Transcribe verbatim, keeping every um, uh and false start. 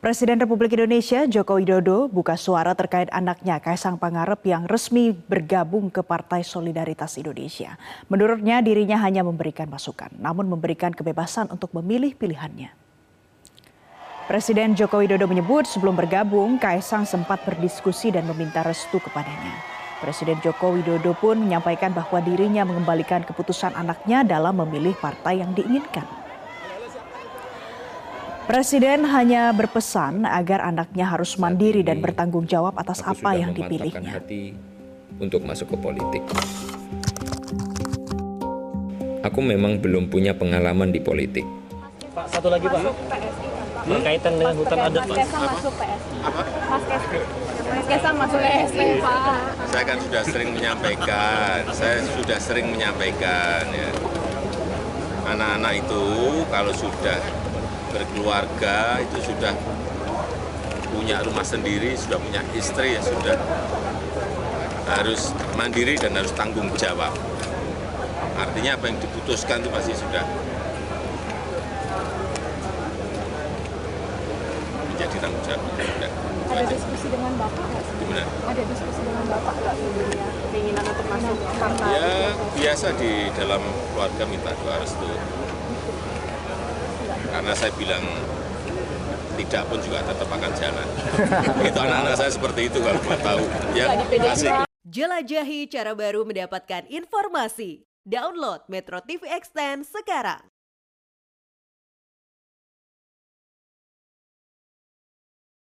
Presiden Republik Indonesia Joko Widodo buka suara terkait anaknya Kaisang Pangarep yang resmi bergabung ke Partai Solidaritas Indonesia. Menurutnya dirinya hanya memberikan masukan, namun memberikan kebebasan untuk memilih pilihannya. Presiden Joko Widodo menyebut sebelum bergabung, Kaisang sempat berdiskusi dan meminta restu kepadanya. Presiden Joko Widodo pun menyampaikan bahwa dirinya mengembalikan keputusan anaknya dalam memilih partai yang diinginkan. Presiden hanya berpesan agar anaknya harus mandiri dan bertanggung jawab atas apa yang dipilihnya. Hati untuk masuk ke politik. Aku memang belum punya pengalaman di politik. Pak, satu lagi Pak. Berkaitan dengan hutan adat Pak. Mas Kaisang masuk P S I. Apa? Mas Kaisang. Mas Kaisang masuk P S I Pak. Saya kan sudah sering menyampaikan, saya sudah sering menyampaikan ya. Anak-anak itu kalau sudah berkeluarga, itu sudah punya rumah sendiri, sudah punya istri, ya sudah harus mandiri dan harus tanggung jawab. Artinya apa yang diputuskan itu pasti sudah menjadi tanggung jawab. Sudah. Ada diskusi dengan Bapak nggak sih? Gimana? Ada diskusi dengan Bapak nggak sebelumnya? Keinginan untuk masuk partai? Ya biasa di dalam keluarga minta doa restu. Karena saya bilang tidak pun juga tetap akan jalan. Itu anak-anak saya seperti itu kalau mau tahu. Ya, asik. Jelajahi cara baru mendapatkan informasi. Download Metro T V Extend sekarang.